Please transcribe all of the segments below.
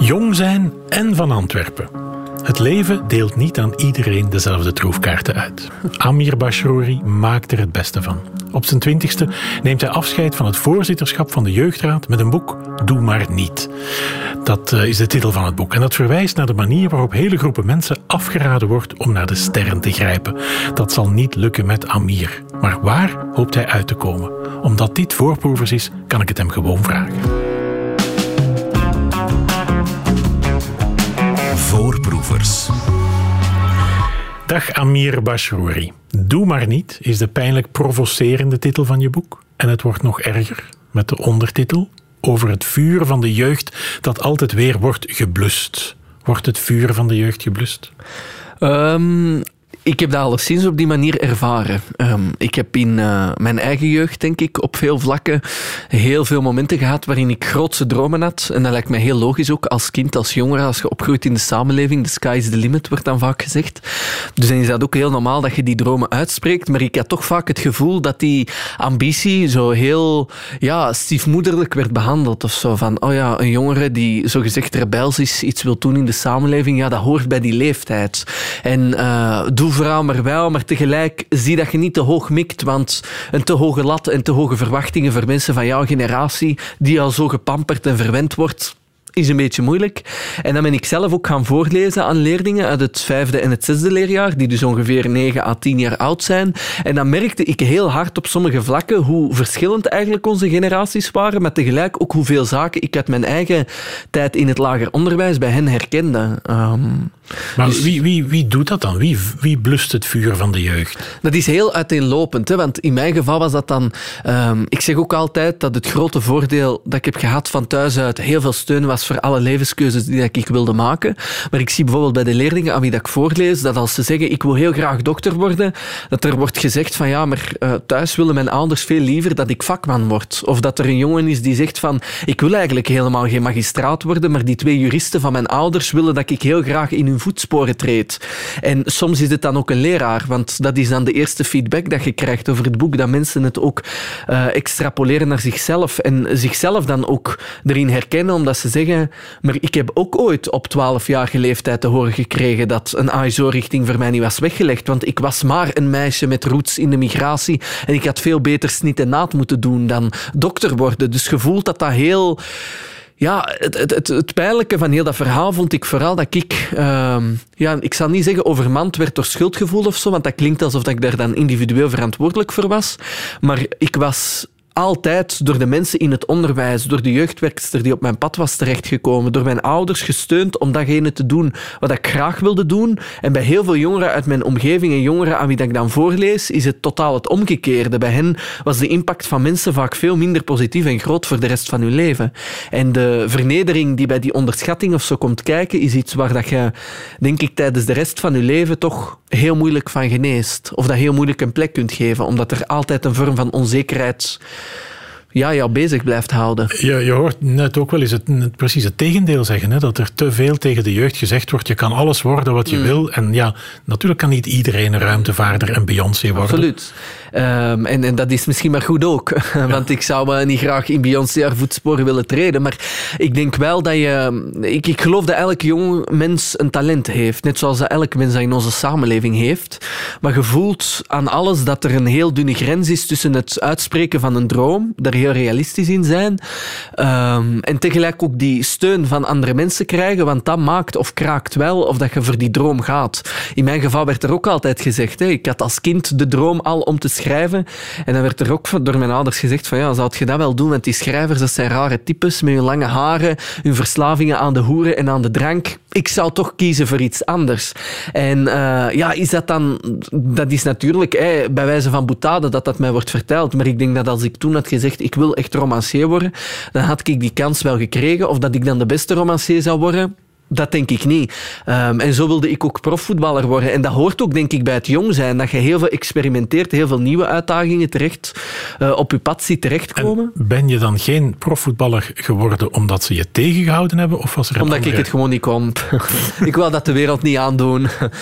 Jong zijn en van Antwerpen. Het leven deelt niet aan iedereen dezelfde troefkaarten uit. Amir Bashrouri maakt er het beste van. Op zijn 20e neemt hij afscheid van het voorzitterschap van de Jeugdraad met een boek Doe maar niet. Dat is de titel van het boek. En dat verwijst naar de manier waarop hele groepen mensen afgeraden wordt om naar de sterren te grijpen. Dat zal niet lukken met Amir. Maar waar hoopt hij uit te komen? Omdat dit voorproevers is, kan ik het hem gewoon vragen. Voorproevers. Dag Amir Bashrouri. Doe maar niet is de pijnlijk provocerende titel van je boek. En het wordt nog erger met de ondertitel over het vuur van de jeugd dat altijd weer wordt geblust. Wordt het vuur van de jeugd geblust? Ik heb dat alleszins op die manier ervaren. Ik heb in mijn eigen jeugd, denk ik, op veel vlakken heel veel momenten gehad waarin ik grootse dromen had. En dat lijkt me heel logisch ook als kind, als jongere, als je opgroeit in de samenleving. The sky is the limit, wordt dan vaak gezegd. Dus dan is dat ook heel normaal dat je die dromen uitspreekt. Maar ik had toch vaak het gevoel dat die ambitie zo heel stiefmoederlijk werd behandeld. Of zo van, een jongere die zogezegd rebels is, iets wil doen in de samenleving, dat hoort bij die leeftijd. En doe vooral maar wel, maar tegelijk zie dat je niet te hoog mikt, want een te hoge lat en te hoge verwachtingen voor mensen van jouw generatie, die al zo gepamperd en verwend wordt, is een beetje moeilijk. En dan ben ik zelf ook gaan voorlezen aan leerlingen uit het 5e en het 6e leerjaar, die dus ongeveer 9 à 10 jaar oud zijn. En dan merkte ik heel hard op sommige vlakken hoe verschillend eigenlijk onze generaties waren, maar tegelijk ook hoeveel zaken ik uit mijn eigen tijd in het lager onderwijs bij hen herkende. Maar dus wie doet dat dan? Wie blust het vuur van de jeugd? Dat is heel uiteenlopend, hè? Want in mijn geval was dat dan... ik zeg ook altijd dat het grote voordeel dat ik heb gehad van thuis uit heel veel steun was voor alle levenskeuzes die ik wilde maken. Maar ik zie bijvoorbeeld bij de leerlingen aan wie dat ik voorlees, dat als ze zeggen, ik wil heel graag dokter worden, dat er wordt gezegd van maar thuis willen mijn ouders veel liever dat ik vakman word. Of dat er een jongen is die zegt van, ik wil eigenlijk helemaal geen magistraat worden, maar die 2 juristen van mijn ouders willen dat ik heel graag in hun voetsporen treedt. En soms is het dan ook een leraar, want dat is dan de eerste feedback dat je krijgt over het boek, dat mensen het ook extrapoleren naar zichzelf en zichzelf dan ook erin herkennen, omdat ze zeggen, maar ik heb ook ooit op 12-jarige leeftijd te horen gekregen dat een ASO-richting voor mij niet was weggelegd, want ik was maar een meisje met roots in de migratie en ik had veel beter snit en naad moeten doen dan dokter worden. Dus je voelt dat heel... Ja, het pijnlijke van heel dat verhaal vond ik vooral dat ik zal niet zeggen overmand werd door schuldgevoel of zo, want dat klinkt alsof ik daar dan individueel verantwoordelijk voor was. Maar ik was altijd door de mensen in het onderwijs, door de jeugdwerkster die op mijn pad was terechtgekomen, door mijn ouders gesteund om datgene te doen wat ik graag wilde doen. En bij heel veel jongeren uit mijn omgeving en jongeren aan wie dat ik dan voorlees, is het totaal het omgekeerde. Bij hen was de impact van mensen vaak veel minder positief en groot voor de rest van hun leven. En de vernedering die bij die onderschatting of zo komt kijken, is iets waar dat je, denk ik, tijdens de rest van je leven toch heel moeilijk van geneest. Of dat heel moeilijk een plek kunt geven, omdat er altijd een vorm van onzekerheid jou bezig blijft houden. Je hoort net ook wel eens precies het tegendeel zeggen, hè? Dat er te veel tegen de jeugd gezegd wordt. Je kan alles worden wat je wil. En natuurlijk kan niet iedereen een ruimtevaarder en Beyoncé worden. Absoluut. En dat is misschien maar goed ook. Want ik zou niet graag in Beyoncé haar voetsporen willen treden. Maar ik denk wel dat ik geloof dat elk jong mens een talent heeft. Net zoals dat elk mens dat in onze samenleving heeft. Maar je voelt aan alles dat er een heel dunne grens is tussen het uitspreken van een droom, daar heel realistisch in zijn, en tegelijk ook die steun van andere mensen krijgen, want dat maakt of kraakt wel of dat je voor die droom gaat. In mijn geval werd er ook altijd gezegd, ik had als kind de droom al om te schrijven, en dan werd er ook door mijn ouders gezegd van zou je dat wel doen, want die schrijvers, dat zijn rare types met hun lange haren, hun verslavingen aan de hoeren en aan de drank. Ik zou toch kiezen voor iets anders. En is dat dan... Dat is natuurlijk bij wijze van boutade dat mij wordt verteld, maar ik denk dat als ik toen had gezegd ik wil echt romancier worden, dan had ik die kans wel gekregen. Of dat ik dan de beste romancier zou worden, Dat denk ik niet. En zo wilde ik ook profvoetballer worden. En dat hoort ook, denk ik, bij het jong zijn. Dat je heel veel experimenteert, heel veel nieuwe uitdagingen op je pad ziet terechtkomen. En ben je dan geen profvoetballer geworden omdat ze je tegengehouden hebben? Of was er omdat ik het gewoon niet kon. Ik wou dat de wereld niet aandoen.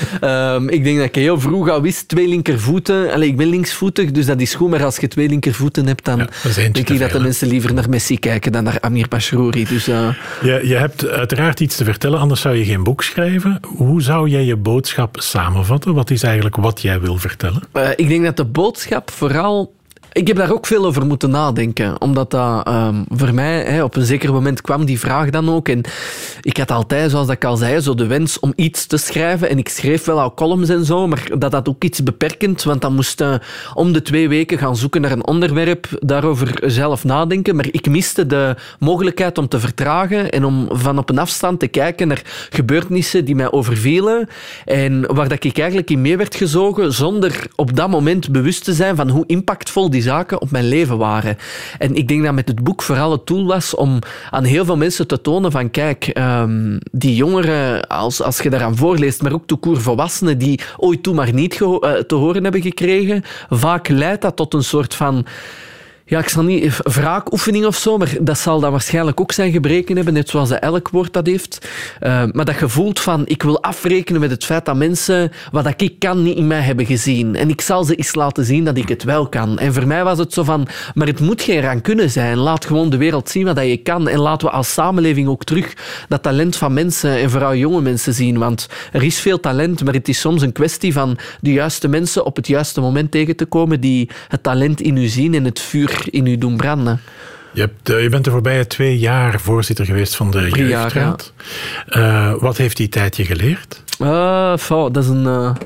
Ik denk dat ik heel vroeg al wist, 2 linkervoeten. Allee, ik ben linksvoetig, dus dat is goed. Maar als je 2 linkervoeten hebt, dan denk ik dat de mensen liever naar Messi kijken dan naar Amir Bashrouri. Dus, je hebt uiteraard iets te vertellen, anders zou je geen boek schrijven. Hoe zou jij je boodschap samenvatten? Wat is eigenlijk wat jij wil vertellen? Ik denk dat de boodschap vooral... Ik heb daar ook veel over moeten nadenken, omdat dat voor mij, op een zeker moment kwam die vraag dan ook. En ik had altijd, zoals ik al zei, zo de wens om iets te schrijven. En ik schreef wel al columns en zo, maar dat had ook iets beperkend, want dan moest om de 2 weken gaan zoeken naar een onderwerp, daarover zelf nadenken. Maar ik miste de mogelijkheid om te vertragen en om van op een afstand te kijken naar gebeurtenissen die mij overvielen en waar dat ik eigenlijk in mee werd gezogen, zonder op dat moment bewust te zijn van hoe impactvol die zaken op mijn leven waren. En ik denk dat met het boek vooral het doel was om aan heel veel mensen te tonen van kijk, die jongeren, als je daaraan voorleest, maar ook toekoor volwassenen die ooit toen maar niet te horen hebben gekregen, vaak leidt dat tot een soort van ik zal niet wraakoefening of zo, maar dat zal dan waarschijnlijk ook zijn gebreken hebben, net zoals elk woord dat heeft. Maar dat je voelt van, ik wil afrekenen met het feit dat mensen wat ik kan niet in mij hebben gezien. En ik zal ze eens laten zien dat ik het wel kan. En voor mij was het zo van, maar het moet geen rancune zijn. Laat gewoon de wereld zien wat je kan. En laten we als samenleving ook terug dat talent van mensen en vooral jonge mensen zien. Want er is veel talent, maar het is soms een kwestie van de juiste mensen op het juiste moment tegen te komen die het talent in u zien en het vuur in u doen branden. Je bent de voorbije 2 jaar voorzitter geweest van de Jeugdraad. Ja. Wat heeft die tijd je geleerd? Dat is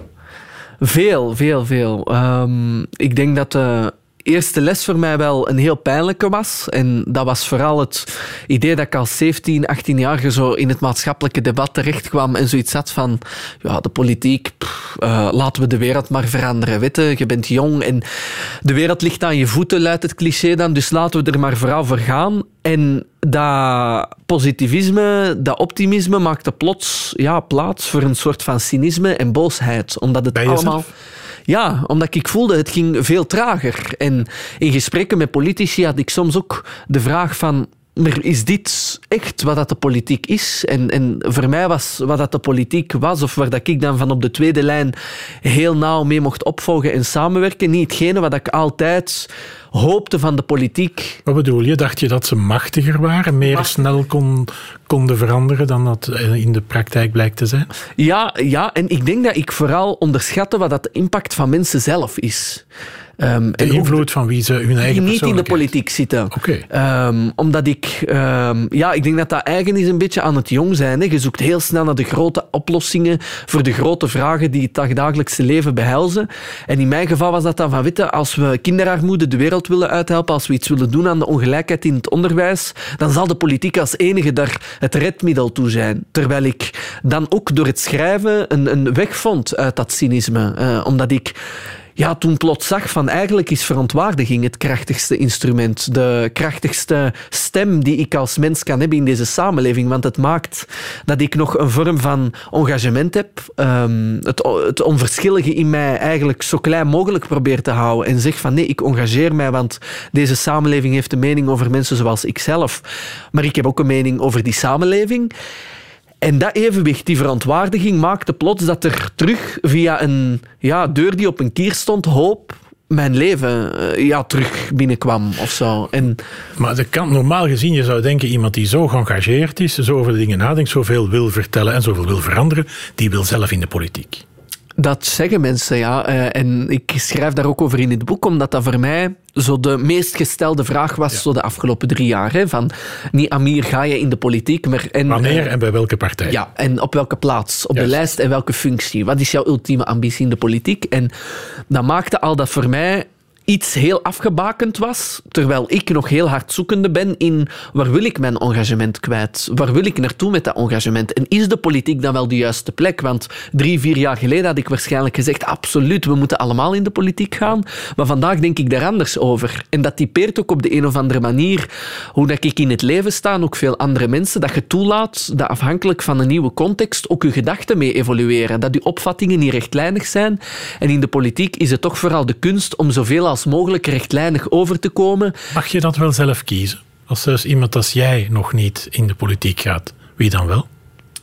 veel. Ik denk dat de eerste les voor mij wel een heel pijnlijke was. En dat was vooral het idee dat ik als 17, 18-jarige zo in het maatschappelijke debat terecht kwam en zoiets had van, de politiek, laten we de wereld maar veranderen. Weet je bent jong en de wereld ligt aan je voeten, luidt het cliché dan, dus laten we er maar vooral voor gaan. En dat positivisme, dat optimisme maakte plots plaats voor een soort van cynisme en boosheid. Omdat het allemaal... Ja, omdat ik voelde, het ging veel trager. En in gesprekken met politici had ik soms ook de vraag van, maar is dit echt wat dat de politiek is? En voor mij was wat dat de politiek was, of waar dat ik dan van op de tweede lijn heel nauw mee mocht opvolgen en samenwerken, niet hetgene wat ik altijd hoopte van de politiek. Wat bedoel je? Dacht je dat ze machtiger waren, meer snel konden veranderen dan dat in de praktijk blijkt te zijn? Ja, en ik denk dat ik vooral onderschatte wat dat de impact van mensen zelf is. De invloed van wie ze hun eigen die niet in de politiek zitten. Okay. Omdat ik denk dat eigen is een beetje aan het jong zijn. Hè. Je zoekt heel snel naar de grote oplossingen voor de grote vragen die het dagelijkse leven behelzen. En in mijn geval was dat dan van, als we kinderarmoede de wereld willen uithelpen, als we iets willen doen aan de ongelijkheid in het onderwijs, dan zal de politiek als enige daar het redmiddel toe zijn. Terwijl ik dan ook door het schrijven een weg vond uit dat cynisme. Omdat ik toen plots zag van eigenlijk is verontwaardiging het krachtigste instrument. De krachtigste stem die ik als mens kan hebben in deze samenleving. Want het maakt dat ik nog een vorm van engagement heb. Het onverschillige in mij eigenlijk zo klein mogelijk probeer te houden. En zeg van nee, ik engageer mij, want deze samenleving heeft een mening over mensen zoals ikzelf. Maar ik heb ook een mening over die samenleving. En dat evenwicht, die verontwaardiging, maakte plots dat er terug via een deur die op een kier stond, hoop, mijn leven terug binnenkwam of zo. Maar de kant, normaal gezien, je zou denken, iemand die zo geëngageerd is, zo over de dingen nadenkt, zoveel wil vertellen en zoveel wil veranderen, die wil zelf in de politiek. Dat zeggen mensen, ja. En ik schrijf daar ook over in het boek, omdat dat voor mij zo de meest gestelde vraag was zo de afgelopen 3 jaar. Hè, van, niet Amir, ga je in de politiek, maar... Wanneer en bij welke partij? Ja, en op welke plaats, op de lijst en welke functie. Wat is jouw ultieme ambitie in de politiek? En dat maakte al dat voor mij iets heel afgebakend was, terwijl ik nog heel hard zoekende ben in waar wil ik mijn engagement kwijt? Waar wil ik naartoe met dat engagement? En is de politiek dan wel de juiste plek? Want 3-4 jaar geleden had ik waarschijnlijk gezegd, absoluut, we moeten allemaal in de politiek gaan. Maar vandaag denk ik daar anders over. En dat typeert ook op de een of andere manier hoe dat ik in het leven sta, en ook veel andere mensen, dat je toelaat dat afhankelijk van een nieuwe context ook je gedachten mee evolueren. Dat je opvattingen niet rechtlijnig zijn. En in de politiek is het toch vooral de kunst om zoveel als mogelijk rechtlijnig over te komen. Mag je dat wel zelf kiezen? Als zelfs iemand als jij nog niet in de politiek gaat, wie dan wel?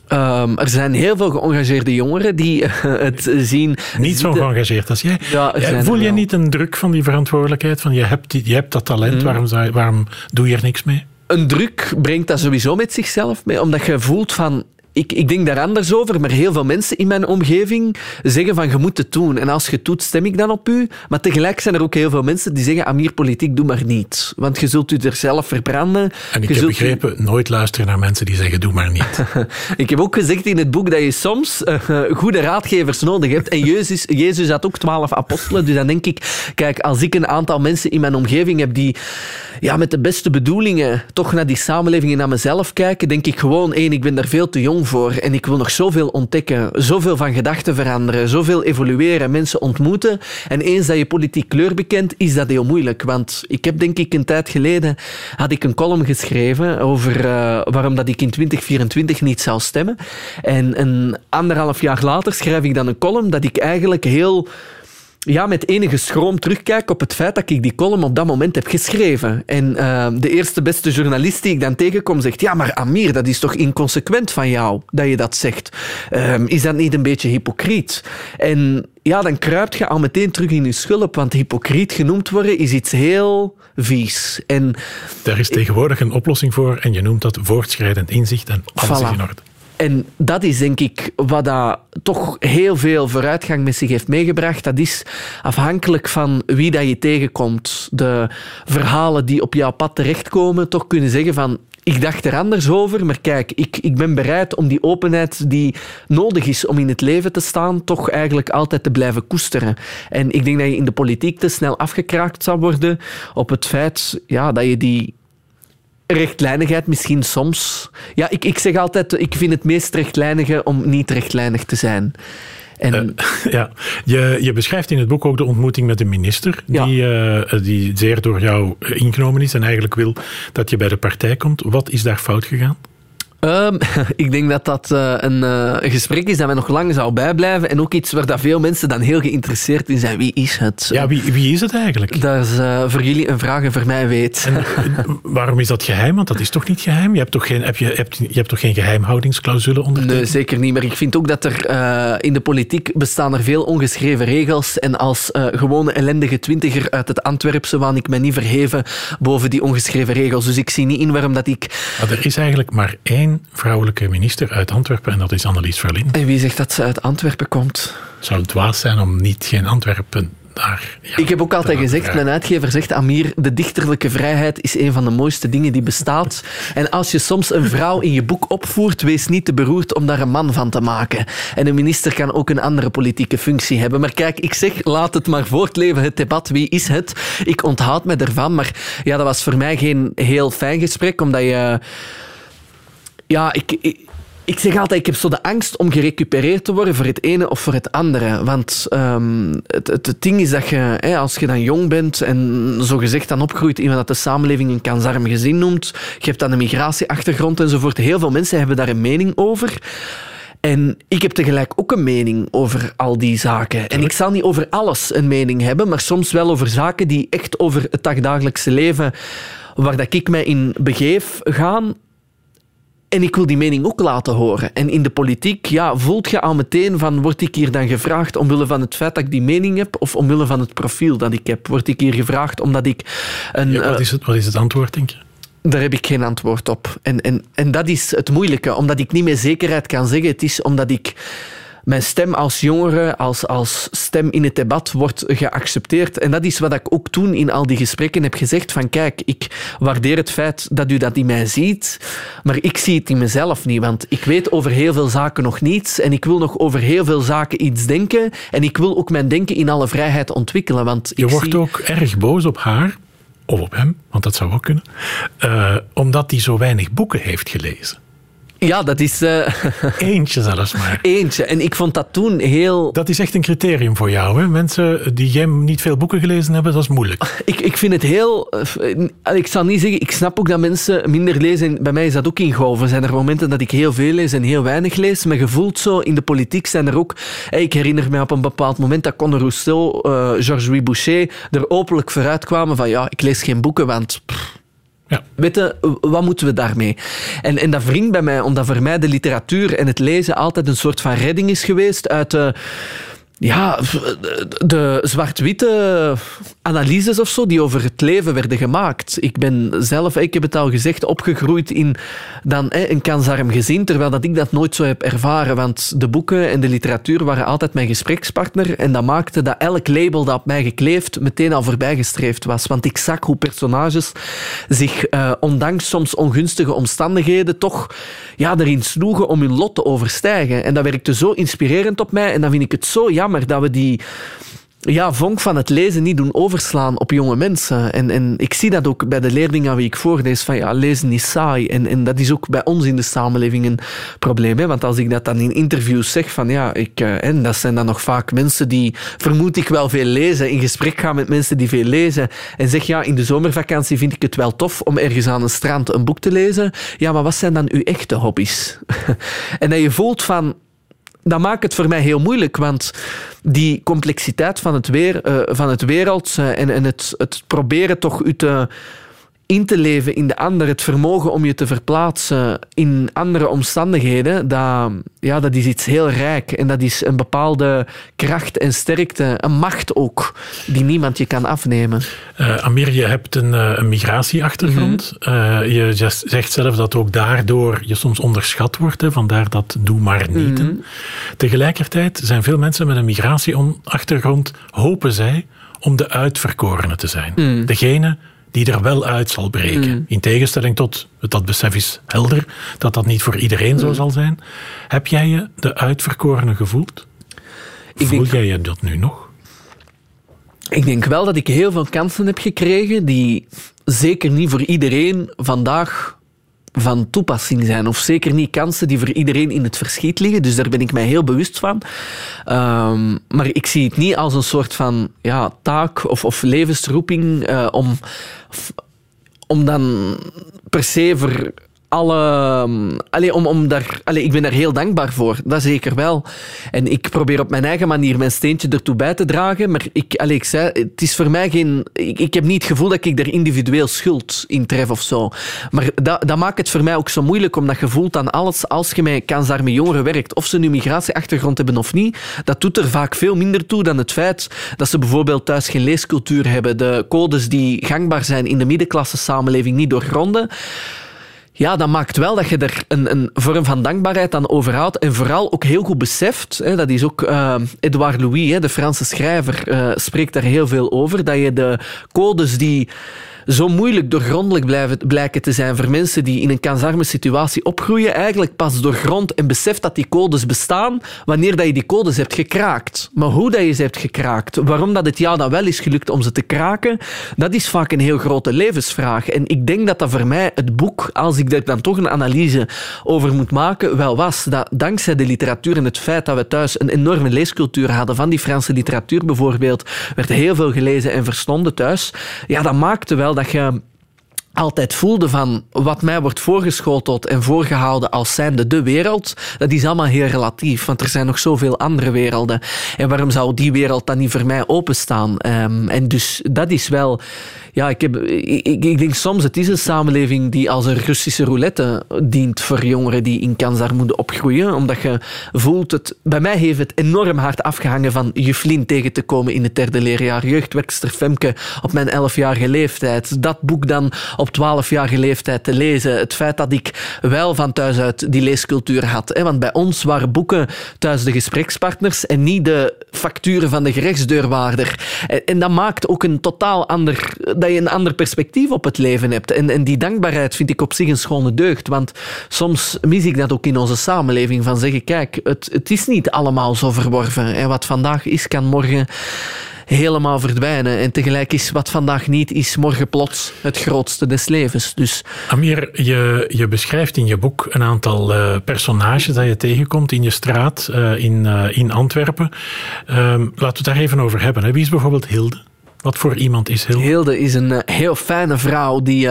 Er zijn heel veel geëngageerde jongeren die het zien. Niet zo geëngageerd als jij. Ja, voel je niet een druk van die verantwoordelijkheid? Van je hebt dat talent, waarom doe je er niks mee? Een druk brengt dat sowieso met zichzelf mee, omdat je voelt van... Ik denk daar anders over, maar heel veel mensen in mijn omgeving zeggen van je moet het doen. En als je het doet, stem ik dan op u. Maar tegelijk zijn er ook heel veel mensen die zeggen Amir, politiek, doe maar niet. Want je zult u er zelf verbranden. En ik heb begrepen, nooit luisteren naar mensen die zeggen doe maar niet. Ik heb ook gezegd in het boek dat je soms goede raadgevers nodig hebt. En Jezus had ook 12 apostelen. Dus dan denk ik, kijk, als ik een aantal mensen in mijn omgeving heb die met de beste bedoelingen toch naar die samenleving en naar mezelf kijken, denk ik gewoon, ik ben daar veel te jong voor en ik wil nog zoveel ontdekken, zoveel van gedachten veranderen, zoveel evolueren, mensen ontmoeten. En eens dat je politiek kleur bekent, is dat heel moeilijk. Want ik heb denk ik een tijd geleden had ik een column geschreven over waarom dat ik in 2024 niet zou stemmen. En 1,5 jaar later schrijf ik dan een column dat ik eigenlijk heel... met enige schroom terugkijk op het feit dat ik die column op dat moment heb geschreven. En de eerste beste journalist die ik dan tegenkom zegt, ja, maar Amir, dat is toch inconsequent van jou dat je dat zegt. Is dat niet een beetje hypocriet? En dan kruipt je al meteen terug in je schulp, want hypocriet genoemd worden is iets heel vies. En daar is tegenwoordig een oplossing voor en je noemt dat voortschrijdend inzicht en alles is in orde. En dat is denk ik wat dat toch heel veel vooruitgang met zich heeft meegebracht. Dat is afhankelijk van wie dat je tegenkomt. De verhalen die op jouw pad terechtkomen, toch kunnen zeggen van ik dacht er anders over, maar kijk, ik ben bereid om die openheid die nodig is om in het leven te staan, toch eigenlijk altijd te blijven koesteren. En ik denk dat je in de politiek te snel afgekraakt zou worden op het feit dat je die rechtlijnigheid misschien soms... Ja, ik zeg altijd, ik vind het meest rechtlijnige om niet rechtlijnig te zijn. En je beschrijft in het boek ook de ontmoeting met de minister, die zeer door jou ingenomen is en eigenlijk wil dat je bij de partij komt. Wat is daar fout gegaan? Ik denk dat dat een gesprek is dat mij nog lang zou bijblijven en ook iets waar dat veel mensen dan heel geïnteresseerd in zijn. Wie is het? Ja, wie is het eigenlijk? Dat is voor jullie een vraag en voor mij weet. En waarom is dat geheim? Want dat is toch niet geheim? Je hebt toch geen geheimhoudingsclausule ondertekend? Nee, zeker niet. Maar ik vind ook dat er in de politiek bestaan er veel ongeschreven regels. En als gewone ellendige twintiger uit het Antwerpse waan ik mij niet verheven boven die ongeschreven regels. Dus ik zie niet in waarom dat ik... Maar er is eigenlijk maar één vrouwelijke minister uit Antwerpen en dat is Annelies Verlinde. En wie zegt dat ze uit Antwerpen komt? Zou het dwaas zijn om geen Antwerpen daar... Ik heb ook altijd gezegd, mijn uitgever zegt, Amir, de dichterlijke vrijheid is een van de mooiste dingen die bestaat. En als je soms een vrouw in je boek opvoert, wees niet te beroerd om daar een man van te maken. En een minister kan ook een andere politieke functie hebben. Maar kijk, ik zeg, laat het maar voortleven, het debat, wie is het? Ik onthoud me ervan, maar dat was voor mij geen heel fijn gesprek, omdat je... Ja, ik zeg altijd, ik heb zo de angst om gerecupereerd te worden voor het ene of voor het andere. Want het ding is dat je, als je dan jong bent en zogezegd dan opgroeit, iemand dat de samenleving een kansarm gezin noemt, je hebt dan een migratieachtergrond enzovoort. Heel veel mensen hebben daar een mening over. En ik heb tegelijk ook een mening over al die zaken. En ik zal niet over alles een mening hebben, maar soms wel over zaken die echt over het dagdagelijkse leven, waar dat ik mij in begeef, gaan. En ik wil die mening ook laten horen. En in de politiek voelt je al meteen van, word ik hier dan gevraagd omwille van het feit dat ik die mening heb of omwille van het profiel dat ik heb? Word ik hier gevraagd omdat ik een... Wat is het antwoord, denk je? Daar heb ik geen antwoord op. En dat is het moeilijke, omdat ik niet met zekerheid kan zeggen. Het is omdat ik mijn stem als jongere, als stem in het debat wordt geaccepteerd. En dat is wat ik ook toen in al die gesprekken heb gezegd. Van kijk, ik waardeer het feit dat u dat in mij ziet, maar ik zie het in mezelf niet. Want ik weet over heel veel zaken nog niets en ik wil nog over heel veel zaken iets denken. En ik wil ook mijn denken in alle vrijheid ontwikkelen. Want je wordt ook erg boos op haar, of op hem, want dat zou ook kunnen, omdat hij zo weinig boeken heeft gelezen. Ja, dat is... Eentje zelfs maar. Eentje. En ik vond dat toen heel... Dat is echt een criterium voor jou, hè? Mensen die niet veel boeken gelezen hebben, dat is moeilijk. Ik vind het heel... Ik zal niet zeggen... Ik snap ook dat mensen minder lezen. Bij mij is dat ook in golven. Zijn er momenten dat ik heel veel lees en heel weinig lees. Maar je voelt zo, in de politiek zijn er ook... Ik herinner me op een bepaald moment dat Conor Rousseau, Georges-Louis Boucher er openlijk vooruit kwamen van ja, ik lees geen boeken, want... Ja. Weet je, wat moeten we daarmee? En dat wringt bij mij, omdat voor mij de literatuur en het lezen altijd een soort van redding is geweest uit de zwart-witte analyses of zo die over het leven werden gemaakt. Ik ben zelf, ik heb het al gezegd, opgegroeid in dan een kansarm gezin, terwijl dat ik dat nooit zo heb ervaren, want de boeken en de literatuur waren altijd mijn gesprekspartner en dat maakte dat elk label dat op mij gekleefd meteen al voorbijgestreefd was. Want ik zag hoe personages zich, ondanks soms ongunstige omstandigheden, toch erin sloegen om hun lot te overstijgen. En dat werkte zo inspirerend op mij en dan vind ik het zo jammer dat we die vonk van het lezen niet doen overslaan op jonge mensen. En ik zie dat ook bij de leerlingen aan wie ik voorlees, van lezen is saai. En dat is ook bij ons in de samenleving een probleem. Hè? Want als ik dat dan in interviews zeg, van en dat zijn dan nog vaak mensen die, vermoed ik, wel veel lezen, in gesprek gaan met mensen die veel lezen, en zeg, in de zomervakantie vind ik het wel tof om ergens aan een strand een boek te lezen. Ja, maar wat zijn dan uw echte hobby's? En dat je voelt van... Dat maakt het voor mij heel moeilijk, want die complexiteit van het wereld en het proberen toch u in te leven in de ander, het vermogen om je te verplaatsen in andere omstandigheden, dat is iets heel rijk. En dat is een bepaalde kracht en sterkte, een macht ook, die niemand je kan afnemen. Amir, je hebt een migratieachtergrond. Je zegt zelf dat ook daardoor je soms onderschat wordt. Hè, vandaar dat doe maar niet. Tegelijkertijd zijn veel mensen met een migratieachtergrond, hopen zij om de uitverkorene te zijn. Degene die er wel uit zal breken. In tegenstelling tot, dat besef is helder, dat niet voor iedereen zo zal zijn. Heb jij je de uitverkorene gevoeld? Voel jij je dat nu nog? Ik denk wel dat ik heel veel kansen heb gekregen die zeker niet voor iedereen vandaag van toepassing zijn. Of zeker niet kansen die voor iedereen in het verschiet liggen. Dus daar ben ik mij heel bewust van. Maar ik zie het niet als een soort van taak of levensroeping om dan per se voor ik ben daar heel dankbaar voor, dat zeker wel. En ik probeer op mijn eigen manier mijn steentje ertoe bij te dragen, maar ik zei, het is voor mij geen... Ik heb niet het gevoel dat ik er individueel schuld in tref of zo. Maar dat maakt het voor mij ook zo moeilijk, omdat je voelt aan alles, als je met kansarme jongeren werkt, of ze nu migratieachtergrond hebben of niet, dat doet er vaak veel minder toe dan het feit dat ze bijvoorbeeld thuis geen leescultuur hebben, de codes die gangbaar zijn in de middenklasse samenleving niet doorgronden. Ja, dat maakt wel dat je er een vorm van dankbaarheid aan overhoudt en vooral ook heel goed beseft, dat is ook Edouard Louis, de Franse schrijver, spreekt daar heel veel over, dat je de codes die zo moeilijk doorgrondelijk blijken te zijn voor mensen die in een kansarme situatie opgroeien, eigenlijk pas doorgrond en beseft dat die codes bestaan wanneer dat je die codes hebt gekraakt. Maar hoe dat je ze hebt gekraakt, waarom dat het dan wel is gelukt om ze te kraken, dat is vaak een heel grote levensvraag. En ik denk dat voor mij het boek, als ik er dan toch een analyse over moet maken, wel was dat dankzij de literatuur en het feit dat we thuis een enorme leescultuur hadden van die Franse literatuur bijvoorbeeld, werd heel veel gelezen en verstonden thuis. Ja, dat maakte wel dat je altijd voelde van wat mij wordt voorgeschoteld en voorgehouden als zijnde de wereld, dat is allemaal heel relatief, want er zijn nog zoveel andere werelden. En waarom zou die wereld dan niet voor mij openstaan? En dus dat is wel... Ja, ik denk soms, het is een samenleving die als een Russische roulette dient voor jongeren die in kansarmoede opgroeien, omdat je voelt bij mij heeft het enorm hard afgehangen van Juflin tegen te komen in het 3e leerjaar, jeugdwerkster Femke op mijn 11-jarige leeftijd. Dat boek dan op op 12-jarige leeftijd te lezen. Het feit dat ik wel van thuis uit die leescultuur had. Hè? Want bij ons waren boeken thuis de gesprekspartners en niet de facturen van de gerechtsdeurwaarder. En dat maakt ook dat je een ander perspectief op het leven hebt. En die dankbaarheid vind ik op zich een schone deugd. Want soms mis ik dat ook in onze samenleving. Van zeggen, kijk, het is niet allemaal zo verworven. En wat vandaag is, kan morgen helemaal verdwijnen. En tegelijk is wat vandaag niet, is morgen plots het grootste des levens. Dus Amir, je beschrijft in je boek een aantal personages dat je tegenkomt in je straat in Antwerpen. Laten we het daar even over hebben. Hè. Wie is bijvoorbeeld Hilde? Wat voor iemand is Hilde? Hilde is een heel fijne vrouw die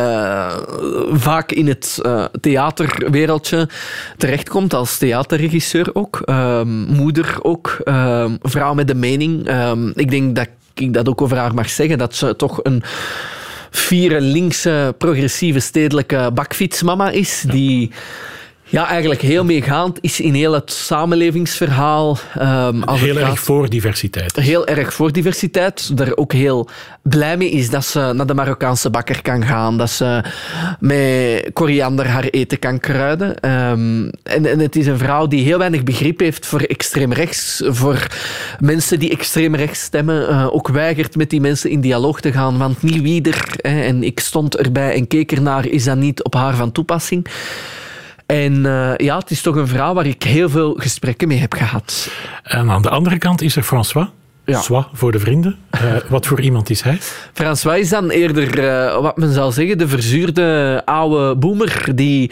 vaak in het theaterwereldje terechtkomt als theaterregisseur ook. Moeder ook. Vrouw met een mening. Ik denk dat ik dat ook over haar mag zeggen, dat ze toch een fiere, linkse, progressieve, stedelijke bakfietsmama is, die eigenlijk heel meegaand is in heel het samenlevingsverhaal. Heel erg voor diversiteit. Heel erg voor diversiteit. Daar ook heel blij mee is dat ze naar de Marokkaanse bakker kan gaan. Dat ze met koriander haar eten kan kruiden. En het is een vrouw die heel weinig begrip heeft voor extreem rechts. Voor mensen die extreem rechts stemmen. Ook weigert met die mensen in dialoog te gaan. Want niet wieder, en ik stond erbij en keek ernaar, is dat niet op haar van toepassing. En het is toch een vrouw waar ik heel veel gesprekken mee heb gehad. En aan de andere kant is er François. Ja. Sois voor de vrienden. Wat voor iemand is hij? François is dan eerder, wat men zou zeggen, de verzuurde oude boemer die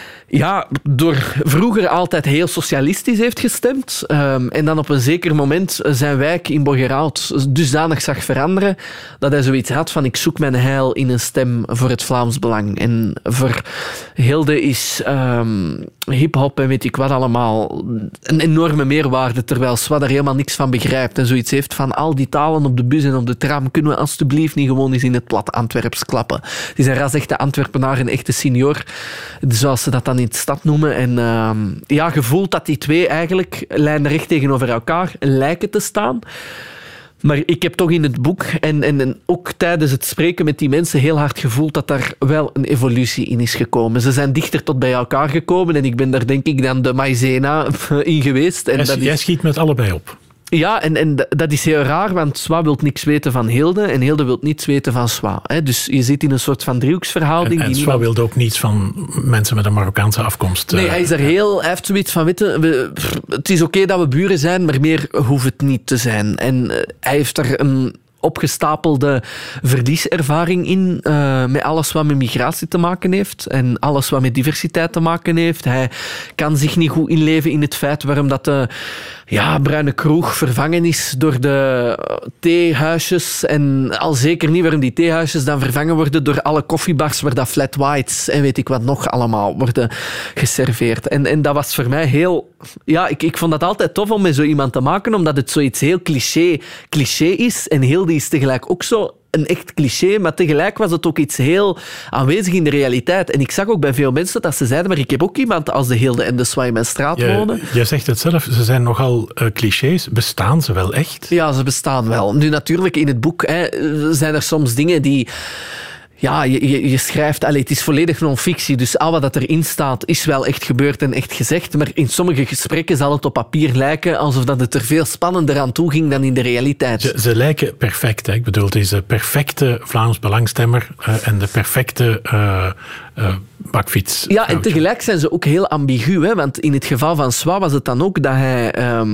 door vroeger altijd heel socialistisch heeft gestemd. En dan op een zeker moment zijn wijk in Borgerhout dusdanig zag veranderen dat hij zoiets had van ik zoek mijn heil in een stem voor het Vlaams Belang. En voor Hilde is hip-hop en weet ik wat allemaal een enorme meerwaarde, terwijl Swa daar helemaal niks van begrijpt en zoiets heeft van al die talen op de bus en op de tram kunnen we alstublieft niet gewoon eens in het plat Antwerps klappen. Het is een ras-echte Antwerpenaar, een echte senior, zoals ze dat dan in de stad noemen. En je voelt dat die twee eigenlijk lijnrecht tegenover elkaar lijken te staan. Maar ik heb toch in het boek en ook tijdens het spreken met die mensen heel hard gevoeld dat daar wel een evolutie in is gekomen. Ze zijn dichter tot bij elkaar gekomen en ik ben daar denk ik dan de maïzena in geweest. En jij schiet met allebei op. Ja, en dat is heel raar, want Swa wil niks weten van Hilde en Hilde wil niets weten van Swa. Dus je zit in een soort van driehoeksverhouding. En Swa wilde ook niets van mensen met een Marokkaanse afkomst. Nee, hij heeft zoiets van, het is oké dat we buren zijn, maar meer hoeft het niet te zijn. En hij heeft er een opgestapelde verlieservaring in met alles wat met migratie te maken heeft en alles wat met diversiteit te maken heeft. Hij kan zich niet goed inleven in het feit waarom dat de bruine kroeg vervangen is door de theehuisjes en al zeker niet waarom die theehuisjes dan vervangen worden door alle koffiebars waar dat flat whites en weet ik wat nog allemaal worden geserveerd. En dat was voor mij heel... Ja, ik vond dat altijd tof om met zo iemand te maken, omdat het zoiets heel cliché is en heel die is tegelijk ook zo een echt cliché, maar tegelijk was het ook iets heel aanwezig in de realiteit. En ik zag ook bij veel mensen dat ze zeiden, maar ik heb ook iemand als de Hilde en de Swa in mijn straat wonen. Jij zegt het zelf, ze zijn nogal clichés. Bestaan ze wel echt? Ja, ze bestaan wel. Nu natuurlijk, in het boek zijn er soms dingen die... Ja, je schrijft... het is volledig non-fictie, dus al wat erin staat is wel echt gebeurd en echt gezegd, maar in sommige gesprekken zal het op papier lijken alsof dat het er veel spannender aan toe ging dan in de realiteit. Ze lijken perfect. Hè? Ik bedoel, het is de perfecte Vlaams Belangstemmer en de perfecte bakfiets. Ja, en tegelijk zijn ze ook heel ambigu, hè? Want in het geval van Swa was het dan ook dat hij...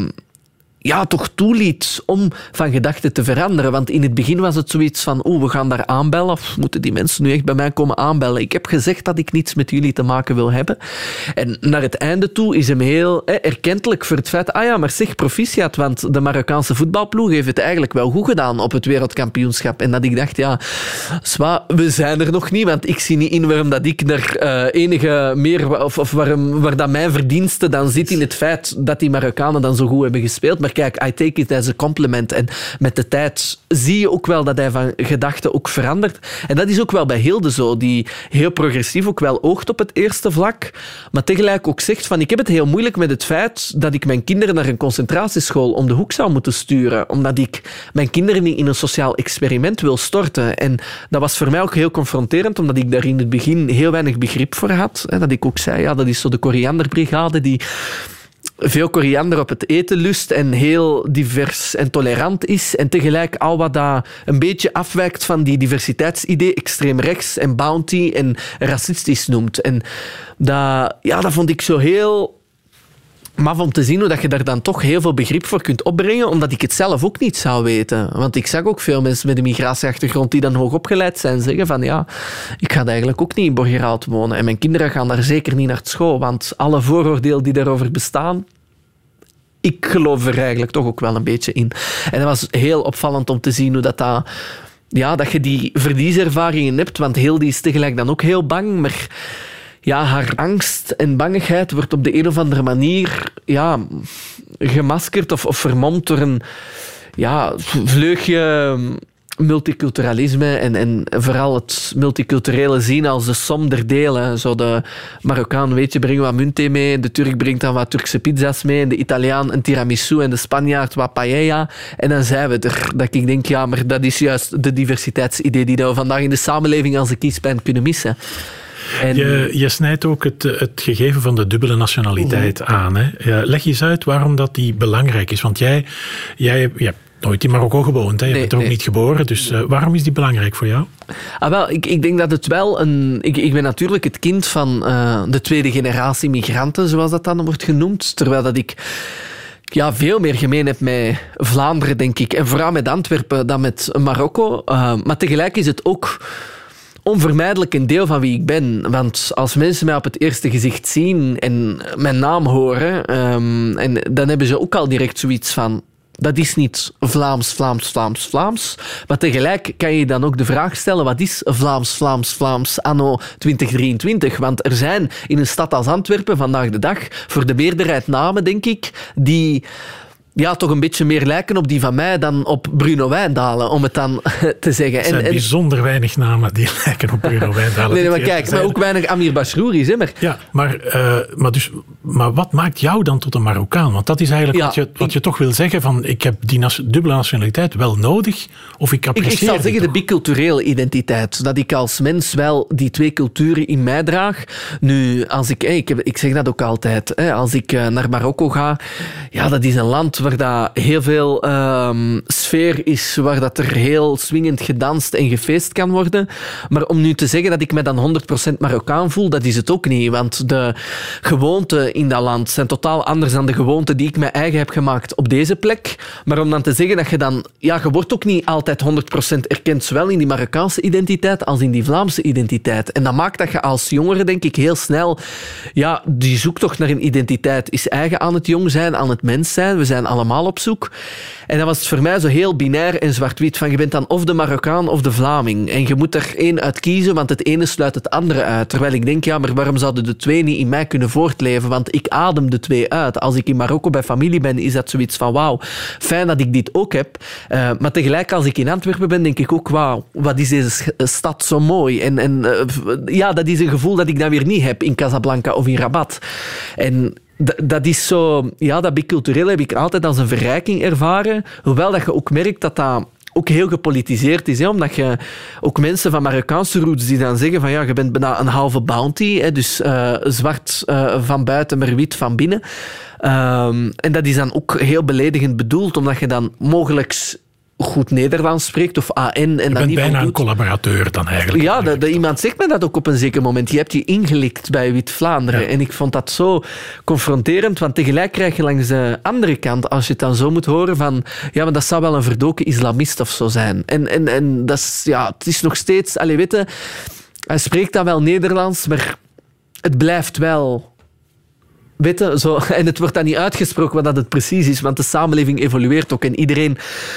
toch toeliet om van gedachten te veranderen. Want in het begin was het zoiets van we gaan daar aanbellen. Of moeten die mensen nu echt bij mij komen aanbellen? Ik heb gezegd dat ik niets met jullie te maken wil hebben. En naar het einde toe is hem heel erkentelijk voor het feit... maar zeg, proficiat, want de Marokkaanse voetbalploeg heeft het eigenlijk wel goed gedaan op het wereldkampioenschap. En dat ik dacht, Swa, we zijn er nog niet, want ik zie niet in waarom dat ik er enige meer... Of waar dat mijn verdienste dan zit in het feit dat die Marokkanen dan zo goed hebben gespeeld. Maar kijk, I take it as a compliment. En met de tijd zie je ook wel dat hij van gedachten ook verandert. En dat is ook wel bij Hilde zo, die heel progressief ook wel oogt op het eerste vlak, maar tegelijk ook zegt van, ik heb het heel moeilijk met het feit dat ik mijn kinderen naar een concentratieschool om de hoek zou moeten sturen, omdat ik mijn kinderen niet in een sociaal experiment wil storten. En dat was voor mij ook heel confronterend, omdat ik daar in het begin heel weinig begrip voor had. Dat ik ook zei, ja, dat is zo de korianderbrigade die veel koriander op het eten lust en heel divers en tolerant is en tegelijk al wat dat een beetje afwijkt van die diversiteitsidee, extreem rechts en bounty en racistisch noemt. En dat vond ik zo heel maf om te zien hoe dat je daar dan toch heel veel begrip voor kunt opbrengen, omdat ik het zelf ook niet zou weten. Want ik zag ook veel mensen met een migratieachtergrond die dan hoogopgeleid zijn zeggen van ja, ik ga eigenlijk ook niet in Borgerhout wonen en mijn kinderen gaan daar zeker niet naar school, want alle vooroordelen die daarover bestaan, ik geloof er eigenlijk toch ook wel een beetje in. En dat was heel opvallend om te zien hoe dat je die verlieservaringen hebt, want Hilde is tegelijk dan ook heel bang, maar ja, haar angst en bangigheid wordt op de een of andere manier gemaskerd of vermomd door een vleugje multiculturalisme en vooral het multiculturele zien als de som der delen. Zo de Marokkaan, weet je, brengt wat munté mee, de Turk brengt dan wat Turkse pizza's mee, en de Italiaan een tiramisu en de Spanjaard wat paella. En dan zijn we er. Dat ik denk, ja, maar dat is juist de diversiteitsidee die we vandaag in de samenleving als een kiespijn kunnen missen. En je snijdt ook het gegeven van de dubbele nationaliteit aan. Hè? Leg eens uit waarom dat die belangrijk is. Want jij hebt nooit in Marokko gewoond. Hè? Je bent er ook niet geboren. Dus waarom is die belangrijk voor jou? Ik denk dat het wel Ik ben natuurlijk het kind van de tweede generatie migranten, zoals dat dan wordt genoemd. Terwijl dat ik veel meer gemeen heb met Vlaanderen, denk ik. En vooral met Antwerpen dan met Marokko. Maar tegelijk is het ook onvermijdelijk een deel van wie ik ben. Want als mensen mij op het eerste gezicht zien en mijn naam horen, en dan hebben ze ook al direct zoiets van, dat is niet Vlaams. Maar tegelijk kan je dan ook de vraag stellen, wat is Vlaams anno 2023? Want er zijn in een stad als Antwerpen vandaag de dag voor de meerderheid namen, denk ik, die toch een beetje meer lijken op die van mij dan op Bruno Wijndalen, om het dan te zeggen. Er zijn bijzonder weinig namen die lijken op Bruno Wijndalen. Nee, maar kijk, maar ook weinig Amir Bashrouris. Hè, maar. Ja, maar wat maakt jou dan tot een Marokkaan? Want dat is eigenlijk wat je toch wil zeggen, van ik heb die dubbele nationaliteit wel nodig, of ik apprecieer Ik zal zeggen de biculturele identiteit. Dat ik als mens wel die twee culturen in mij draag. Nu, als ik zeg dat ook altijd, als ik naar Marokko ga, dat is een land waar dat heel veel sfeer is, waar dat er heel swingend gedanst en gefeest kan worden. Maar om nu te zeggen dat ik me dan 100% Marokkaan voel, dat is het ook niet. Want de gewoonten in dat land zijn totaal anders dan de gewoonten die ik me eigen heb gemaakt op deze plek. Maar om dan te zeggen dat je dan... je wordt ook niet altijd 100% erkend, zowel in die Marokkaanse identiteit als in die Vlaamse identiteit. En dat maakt dat je als jongere, denk ik, heel snel... die zoektocht naar een identiteit is eigen aan het jong zijn, aan het mens zijn. We zijn allemaal op zoek. En dan was het voor mij zo heel binair en zwart-wit, van je bent dan of de Marokkaan of de Vlaming. En je moet er één uit kiezen, want het ene sluit het andere uit. Terwijl ik denk, maar waarom zouden de twee niet in mij kunnen voortleven? Want ik adem de twee uit. Als ik in Marokko bij familie ben, is dat zoiets van wauw, fijn dat ik dit ook heb. Maar tegelijk, als ik in Antwerpen ben, denk ik ook wauw, wat is deze stad zo mooi. En dat is een gevoel dat ik dan weer niet heb in Casablanca of in Rabat. En dat is zo... dat bicultureel heb ik altijd als een verrijking ervaren. Hoewel dat je ook merkt dat dat ook heel gepolitiseerd is. Hè? Omdat je ook mensen van Marokkaanse roots die dan zeggen van je bent bijna een halve bounty. Hè? Dus zwart van buiten, maar wit van binnen. En dat is dan ook heel beledigend bedoeld, omdat je dan mogelijk goed Nederlands spreekt, of AN. En je bent bijna een collaborateur dan eigenlijk. Ja, iemand zegt me dat ook op een zeker moment. Je hebt je ingelikt bij Wit-Vlaanderen. Ja. En ik vond dat zo confronterend, want tegelijk krijg je langs de andere kant, als je het dan zo moet horen, van maar dat zou wel een verdoken islamist of zo zijn. En dat is, het is nog steeds... weet je, hij spreekt dan wel Nederlands, maar het blijft wel... Weet je, zo, en het wordt dan niet uitgesproken wat dat het precies is, want de samenleving evolueert ook en iedereen...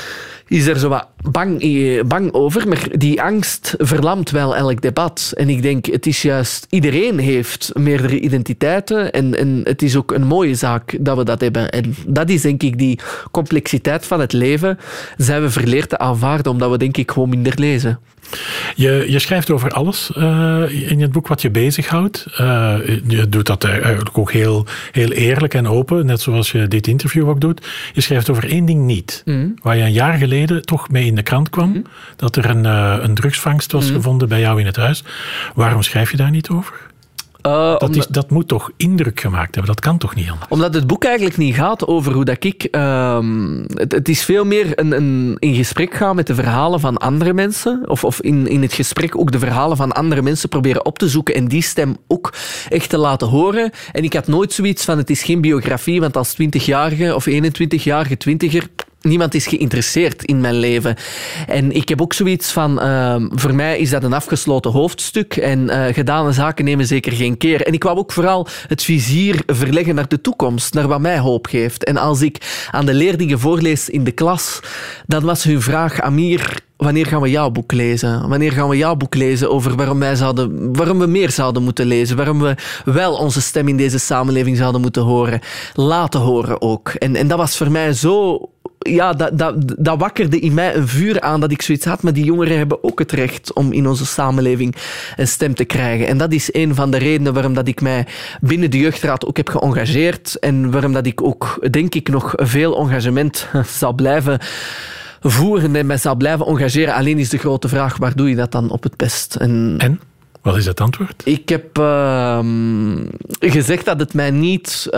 is er zo wat bang over, maar die angst verlamt wel elk debat. En ik denk, het is juist, iedereen heeft meerdere identiteiten en het is ook een mooie zaak dat we dat hebben. En dat is denk ik die complexiteit van het leven, zijn we verleerd te aanvaarden, omdat we denk ik gewoon minder lezen. Je schrijft over alles in het boek wat je bezighoudt. Je doet dat eigenlijk ook heel, heel eerlijk en open, net zoals je dit interview ook doet. Je schrijft over één ding niet, waar je een jaar geleden toch mee in de krant kwam, dat er een drugsvangst was gevonden bij jou in het huis. Waarom schrijf je daar niet over? Dat moet toch indruk gemaakt hebben? Dat kan toch niet anders? Omdat het boek eigenlijk niet gaat over hoe dat ik... Het is veel meer in gesprek gaan met de verhalen van andere mensen. Of in het gesprek ook de verhalen van andere mensen proberen op te zoeken en die stem ook echt te laten horen. En ik had nooit zoiets van, het is geen biografie, want als 20-jarige of 21-jarige twintiger... Niemand is geïnteresseerd in mijn leven. En ik heb ook zoiets van... voor mij is dat een afgesloten hoofdstuk. En gedane zaken nemen zeker geen keer. En ik wou ook vooral het vizier verleggen naar de toekomst. Naar wat mij hoop geeft. En als ik aan de leerlingen voorlees in de klas... dan was hun vraag, Amir... Wanneer gaan we jouw boek lezen? Wanneer gaan we jouw boek lezen over waarom we meer zouden moeten lezen? Waarom we wel onze stem in deze samenleving zouden moeten horen? Laten horen ook. En dat was voor mij zo... Ja, dat wakkerde in mij een vuur aan dat ik zoiets had, maar die jongeren hebben ook het recht om in onze samenleving een stem te krijgen. En dat is een van de redenen waarom dat ik mij binnen de jeugdraad ook heb geëngageerd en waarom dat ik ook, denk ik, nog veel engagement zal blijven voeren en mij zal blijven engageren. Alleen is de grote vraag, waar doe je dat dan op het best? En? Wat is het antwoord? Ik heb gezegd dat het mij niet...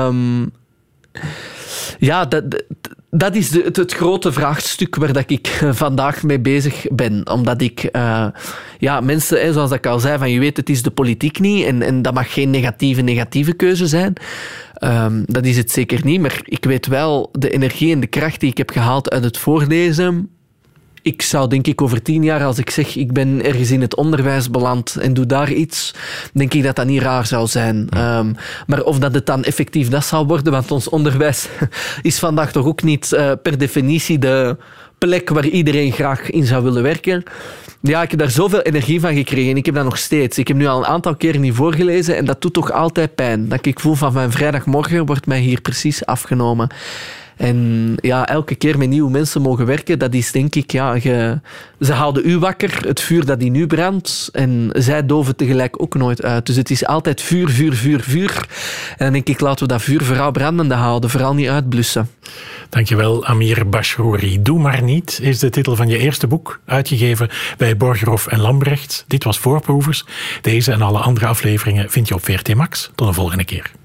Dat is het grote vraagstuk waar dat ik vandaag mee bezig ben. Omdat ik mensen, zoals ik al zei, van je weet, het is de politiek niet en dat mag geen negatieve keuze zijn. Dat is het zeker niet, maar ik weet wel de energie en de kracht die ik heb gehaald uit het voorlezen. Ik zou denk ik over 10 jaar, als ik zeg ik ben ergens in het onderwijs beland en doe daar iets, denk ik dat dat niet raar zou zijn. Maar of dat het dan effectief dat zal worden, want ons onderwijs is vandaag toch ook niet per definitie de plek waar iedereen graag in zou willen werken. Ja, ik heb daar zoveel energie van gekregen en ik heb dat nog steeds. Ik heb nu al een aantal keren niet voorgelezen en dat doet toch altijd pijn. Dat ik voel van mijn vrijdagmorgen wordt mij hier precies afgenomen. En ja, elke keer met nieuwe mensen mogen werken, dat is denk ik, ze houden u wakker, het vuur dat in u brandt, en zij doven tegelijk ook nooit uit. Dus het is altijd vuur, vuur, vuur, vuur. En dan denk ik, laten we dat vuur vooral brandende houden, vooral niet uitblussen. Dankjewel, Amir Bashrouri. Doe maar niet is de titel van je eerste boek, uitgegeven bij Borgerhoff en Lambrechts. Dit was Voorproevers. Deze en alle andere afleveringen vind je op VRT Max. Tot de volgende keer.